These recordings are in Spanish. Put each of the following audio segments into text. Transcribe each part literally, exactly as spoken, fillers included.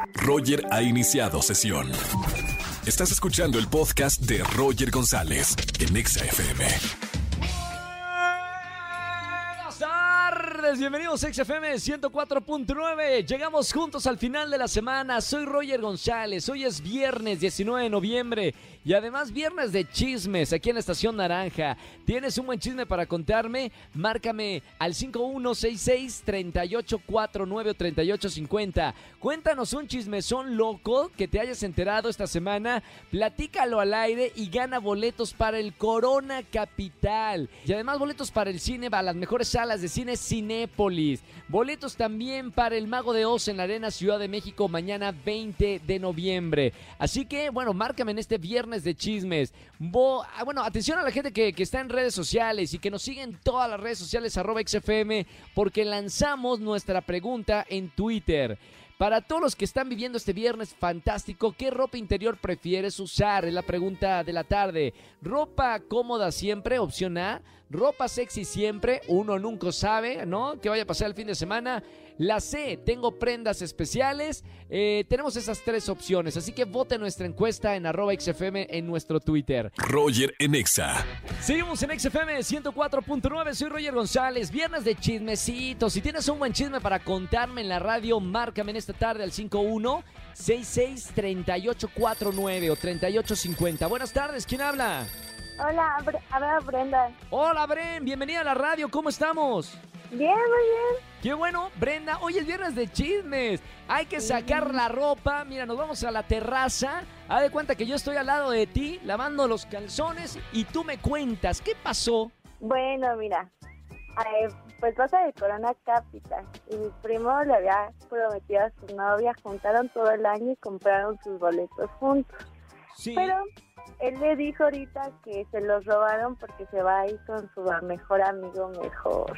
Roger ha iniciado sesión. Estás escuchando el podcast de Roger González en Exa F M. Buenas tardes, bienvenidos a Exa F M ciento cuatro punto nueve. Llegamos juntos al final de la semana. Soy Roger González. Hoy es viernes diecinueve de noviembre y además viernes de chismes aquí en la Estación Naranja. ¿Tienes un buen chisme para contarme? Márcame al cinco uno seis seis, tres ocho cuatro nueve o tres ocho cinco cero. Cuéntanos un chismezón loco que te hayas enterado esta semana. Platícalo al aire y gana boletos para el Corona Capital. Y además boletos para el cine, a las mejores salas de cine Cinépolis. Boletos también para el Mago de Oz en la Arena Ciudad de México mañana veinte de noviembre. Así que, bueno, márcame en este viernes de chismes. Bo, ah, bueno, atención a la gente que, que está en redes sociales y que nos sigue en todas las redes sociales, arroba X F M, porque lanzamos nuestra pregunta en Twitter. Para todos los que están viviendo este viernes fantástico, ¿qué ropa interior prefieres usar? Es la pregunta de la tarde. ¿Ropa cómoda siempre? Opción A. ¿Ropa sexy siempre? Uno nunca sabe, ¿no? ¿Qué vaya a pasar el fin de semana? La C, tengo prendas especiales. Eh, tenemos esas tres opciones, así que vote nuestra encuesta en arroba X F M en nuestro Twitter. Roger en Exa. Seguimos en X F M ciento cuatro punto nueve, soy Roger González. Viernes de chismecitos. Si tienes un buen chisme para contarme en la radio, márcame en esta tarde al cinco uno seis seis, tres ocho cuatro nueve o tres ocho cinco cero. Buenas tardes, ¿quién habla? Hola, Bre- habla Brenda. Hola, Bren, bienvenida a la radio, ¿cómo estamos? Bien, muy bien. Qué bueno, Brenda, hoy es viernes de chismes. Hay que sacar la ropa. Mira, nos vamos a la terraza. Haz de cuenta que yo estoy al lado de ti, lavando los calzones, y tú me cuentas, ¿qué pasó? Bueno, mira, eh, pues pasa el Corona Capital y mi primo le había prometido a su novia, juntaron todo el año y compraron sus boletos juntos. Sí. Pero él le dijo ahorita que se los robaron porque se va a ir con su mejor amigo mejor.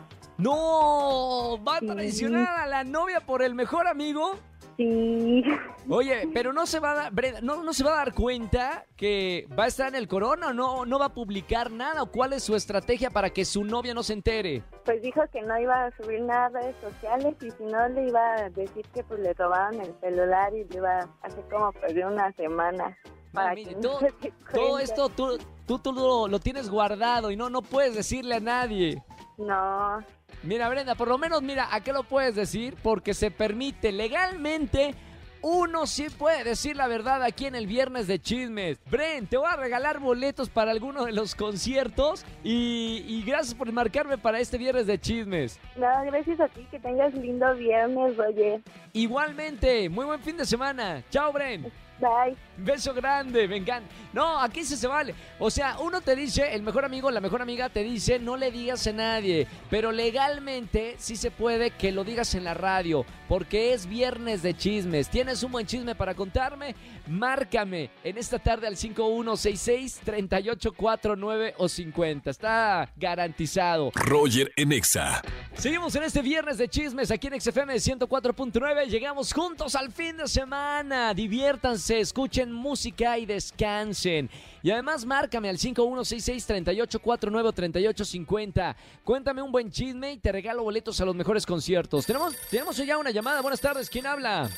¡No! ¿Va a Sí. traicionar a la novia por el mejor amigo? Sí. Oye, pero no se va a dar, Brenda, no, no se va a dar cuenta que va a estar en el Corona, o no, no va a publicar nada, o cuál es su estrategia para que su novia no se entere. Pues dijo que no iba a subir nada a redes sociales y si no le iba a decir que pues le robaron el celular y le iba a hacer como perder una semana. Para Mami, que todo, no se dé todo cuenta. esto tú, tú, tú lo, lo tienes guardado y no, no puedes decirle a nadie. No, Mira, Brenda, por lo menos, mira, ¿a qué lo puedes decir? Porque se permite legalmente. Uno sí puede decir la verdad aquí en el Viernes de Chismes. Bren, te voy a regalar boletos para alguno de los conciertos y, y gracias por marcarme para este Viernes de Chismes. no, gracias a ti, que tengas lindo viernes, Roger. Igualmente, muy buen fin de semana. Chao, Bren. Bye. Beso grande, vengan. No, aquí sí se vale. O sea, uno te dice, el mejor amigo, la mejor amiga te dice, no le digas a nadie. Pero legalmente sí se puede que lo digas en la radio, porque es viernes de chismes. ¿Tienes un buen chisme para contarme? Márcame en esta tarde al cinco uno seis seis, tres ocho cuatro nueve o cincuenta. Está garantizado. Roger en Exa. Seguimos en este viernes de chismes aquí en X F M ciento cuatro punto nueve. Llegamos juntos al fin de semana. Diviértanse, escuchen música y descansen. Y además márcame al cinco uno seis seis, tres ocho cuatro nueve o tres ocho cinco cero. Cuéntame un buen chisme y te regalo boletos a los mejores conciertos. Tenemos, tenemos ya una llamada. Buenas tardes, ¿quién habla?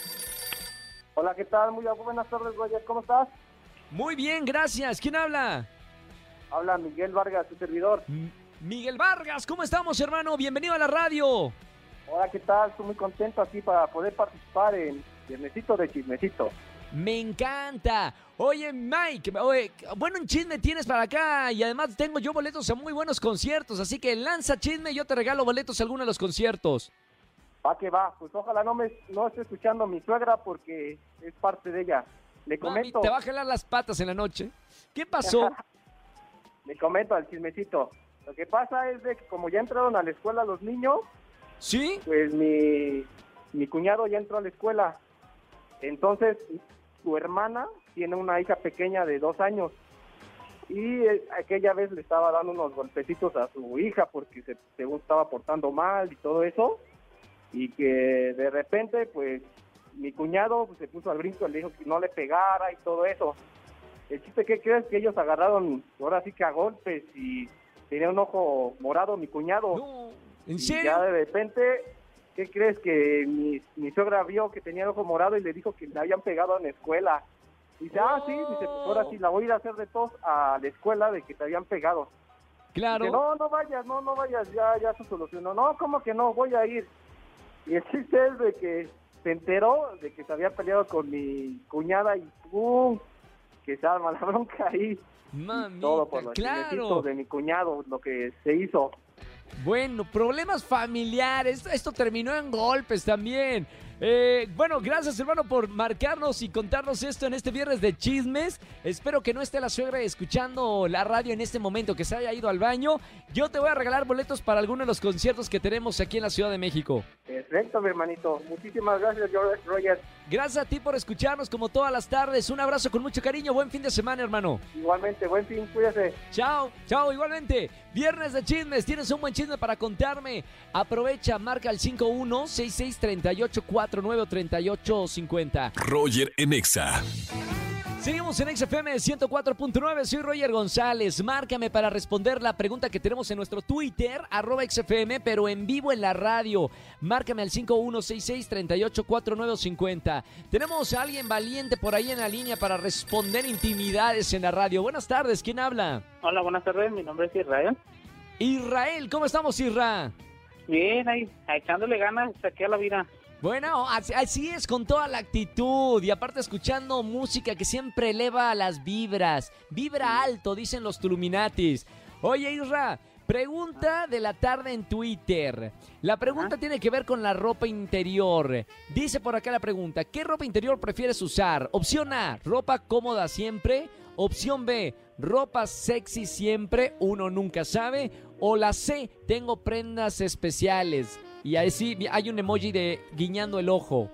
Hola, ¿qué tal? Muy buenas tardes, Roger. ¿Cómo estás? Muy bien, gracias. ¿Quién habla? Habla Miguel Vargas, tu servidor. M- Miguel Vargas, ¿cómo estamos, hermano? Bienvenido a la radio. Hola, ¿qué tal? Estoy muy contento aquí para poder participar en Viernesito de Chismecito. Me encanta. Oye, Mike, oye, bueno, un chisme tienes para acá y además tengo yo boletos a muy buenos conciertos, así que lanza chisme y yo te regalo boletos a alguno de los conciertos. Va que va, pues ojalá no me no esté escuchando mi suegra porque es parte de ella. Le Mami, comento, te va a jalar las patas en la noche. ¿Qué pasó? le comento al chismecito. Lo que pasa es de que como ya entraron a la escuela los niños, ¿Sí? pues mi, mi cuñado ya entró a la escuela. Entonces, su hermana tiene una hija pequeña de dos años. Y eh, aquella vez le estaba dando unos golpecitos a su hija porque se, según estaba portando mal y todo eso. Y que de repente, pues, mi cuñado pues, se puso al brinco y le dijo que no le pegara y todo eso. El chiste que crees que ellos agarraron, ahora sí que a golpes, y tenía un ojo morado mi cuñado. No, ¿en Y serio? ya de repente ¿qué crees? Que mi, mi suegra vio que tenía el ojo morado y le dijo que le habían pegado en la escuela. Dice, ah, sí, dice, pues ahora sí, la voy a ir a hacer de tos a la escuela de que te habían pegado. Claro. Dice, no, no vayas, no, no vayas, ya, ya se solucionó. No, ¿cómo que no? Voy a ir. Y el chiste es de que se enteró de que se había peleado con mi cuñada y ¡pum! Que se arma la bronca ahí. Mamita, Todo por los claro. chismecitos de mi cuñado, lo que se hizo. Bueno, problemas familiares. Esto terminó en golpes también. Eh, bueno, gracias, hermano, por marcarnos y contarnos esto en este viernes de chismes. Espero que no esté la suegra escuchando la radio en este momento, que se haya ido al baño. Yo te voy a regalar boletos para alguno de los conciertos que tenemos aquí en la Ciudad de México. Perfecto, mi hermanito. Muchísimas gracias, Roger. Gracias a ti por escucharnos como todas las tardes. Un abrazo con mucho cariño. Buen fin de semana, hermano. Igualmente, buen fin, cuídate. Chao, chao, igualmente. Viernes de chismes. ¿Tienes un buen chisme para contarme? Aprovecha, marca al cinco uno seis seis tres ocho cuatro nueve tres ocho cinco cero. Roger en Exa. Seguimos en X F M ciento cuatro punto nueve, soy Roger González. Márcame para responder la pregunta que tenemos en nuestro Twitter, arroba X F M, pero en vivo en la radio. Márcame al cinco uno seis seis tres ocho cuatro nueve cinco cero. Tenemos a alguien valiente por ahí en la línea para responder intimidades en la radio. Buenas tardes, ¿quién habla? Hola, buenas tardes, mi nombre es Israel. Israel, ¿cómo estamos, Isra? Bien, ahí, echándole ganas aquí a la vida. Bueno, así, así es, con toda la actitud y aparte escuchando música que siempre eleva las vibras. Vibra alto, dicen los Tuluminatis. Oye, Isra, pregunta de la tarde en Twitter. La pregunta Ajá. tiene que ver con la ropa interior. Dice por acá la pregunta, ¿qué ropa interior prefieres usar? Opción A, ropa cómoda siempre. Opción B, ropa sexy siempre, uno nunca sabe. O la C, tengo prendas especiales. Y ahí sí hay un emoji de guiñando el ojo.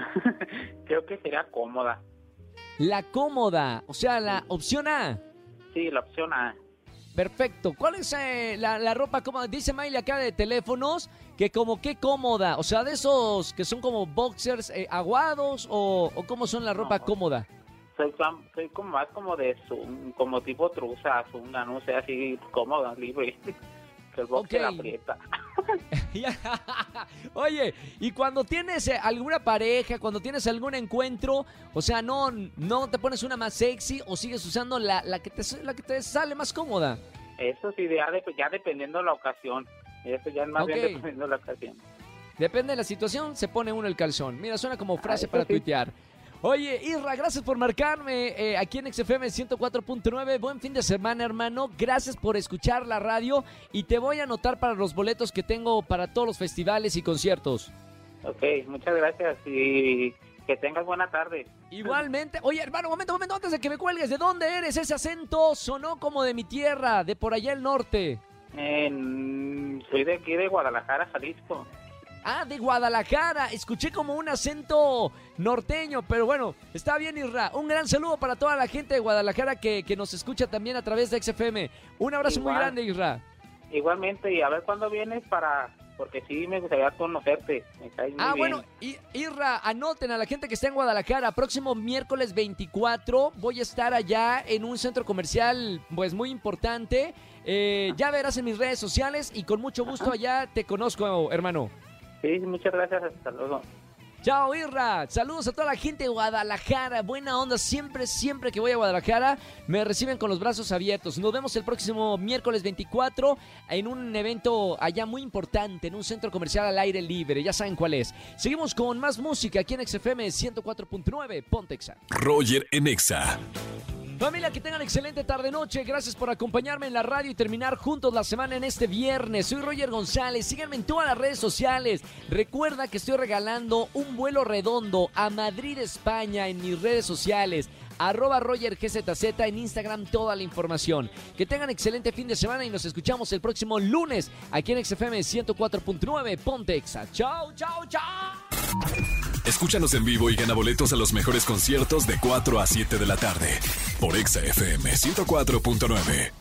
Creo que sería cómoda. La cómoda, o sea, la opción A. Sí, la opción A. Perfecto. ¿Cuál es eh, la, la ropa cómoda? Dice Miley acá de teléfonos que como qué cómoda. O sea, de esos que son como boxers eh, aguados o, o cómo son la ropa No. cómoda. Soy, soy como más como de zoom, como tipo truza, zunga, no sé, así cómoda, libre. Que el boxer Ok. aprieta. Oye, y cuando tienes eh, alguna pareja, cuando tienes algún encuentro, o sea, no, no te pones una más sexy o sigues usando la, la, que, te, la que te sale más cómoda. Eso sí, ya, de, ya dependiendo de la ocasión. Eso ya es más Ok. bien dependiendo de la ocasión. Depende de la situación, se pone uno el calzón. Mira, suena como frase Ah, eso para sí. tuitear. Oye, Isra, gracias por marcarme eh, aquí en X F M ciento cuatro punto nueve. Buen fin de semana, hermano. Gracias por escuchar la radio y te voy a anotar para los boletos que tengo para todos los festivales y conciertos. Ok, muchas gracias y que tengas buena tarde. Igualmente. Oye, hermano, momento, momento, antes de que me cuelgues, ¿de dónde eres? Ese acento sonó como de mi tierra, de por allá el norte. En- soy de aquí de Guadalajara, Jalisco. Ah, de Guadalajara. Escuché como un acento norteño, pero bueno, está bien, Isra. Un gran saludo para toda la gente de Guadalajara que, que nos escucha también a través de X F M. Un abrazo Igual. muy grande, Isra. Igualmente, y a ver cuándo vienes para... Porque sí me gustaría conocerte. Me caes muy Ah, bien. bueno, y, Isra, anoten a la gente que está en Guadalajara. Próximo miércoles veinticuatro voy a estar allá en un centro comercial pues muy importante. Eh, ya verás en mis redes sociales y con mucho gusto allá te conozco, hermano. Sí, muchas gracias. Hasta luego. Chao, Irra. Saludos a toda la gente de Guadalajara. Buena onda. Siempre, siempre que voy a Guadalajara me reciben con los brazos abiertos. Nos vemos el próximo miércoles veinticuatro en un evento allá muy importante, en un centro comercial al aire libre. Ya saben cuál es. Seguimos con más música aquí en X F M ciento cuatro punto nueve. Ponte Exa. Roger en Exa. Familia, que tengan excelente tarde-noche. Gracias por acompañarme en la radio y terminar juntos la semana en este viernes. Soy Roger González. Síganme en todas las redes sociales. Recuerda que estoy regalando un vuelo redondo a Madrid, España, en mis redes sociales. Arroba Roger G Z Z en Instagram, toda la información. Que tengan excelente fin de semana y nos escuchamos el próximo lunes aquí en X F M ciento cuatro punto nueve. Ponte Exa. Chao, chao, chao. Escúchanos en vivo y gana boletos a los mejores conciertos de cuatro a siete de la tarde por Exa F M ciento cuatro punto nueve.